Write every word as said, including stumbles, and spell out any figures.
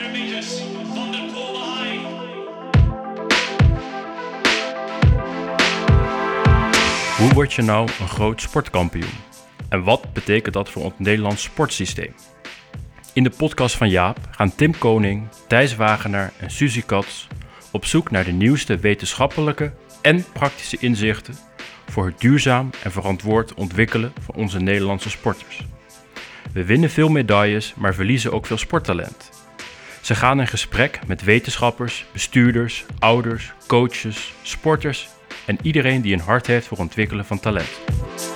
vijfhonderd meters van de Poel. Hoe word je nou een groot sportkampioen? En wat betekent dat voor ons Nederlands sportsysteem? In de podcast van Jaap gaan Tim Koning, Thijs Wagenaar en Suzy Katz op zoek naar de nieuwste wetenschappelijke en praktische inzichten voor het duurzaam en verantwoord ontwikkelen van onze Nederlandse sporters. We winnen veel medailles, maar verliezen ook veel sporttalent. Ze gaan in gesprek met wetenschappers, bestuurders, ouders, coaches, sporters en iedereen die een hart heeft voor ontwikkelen van talent.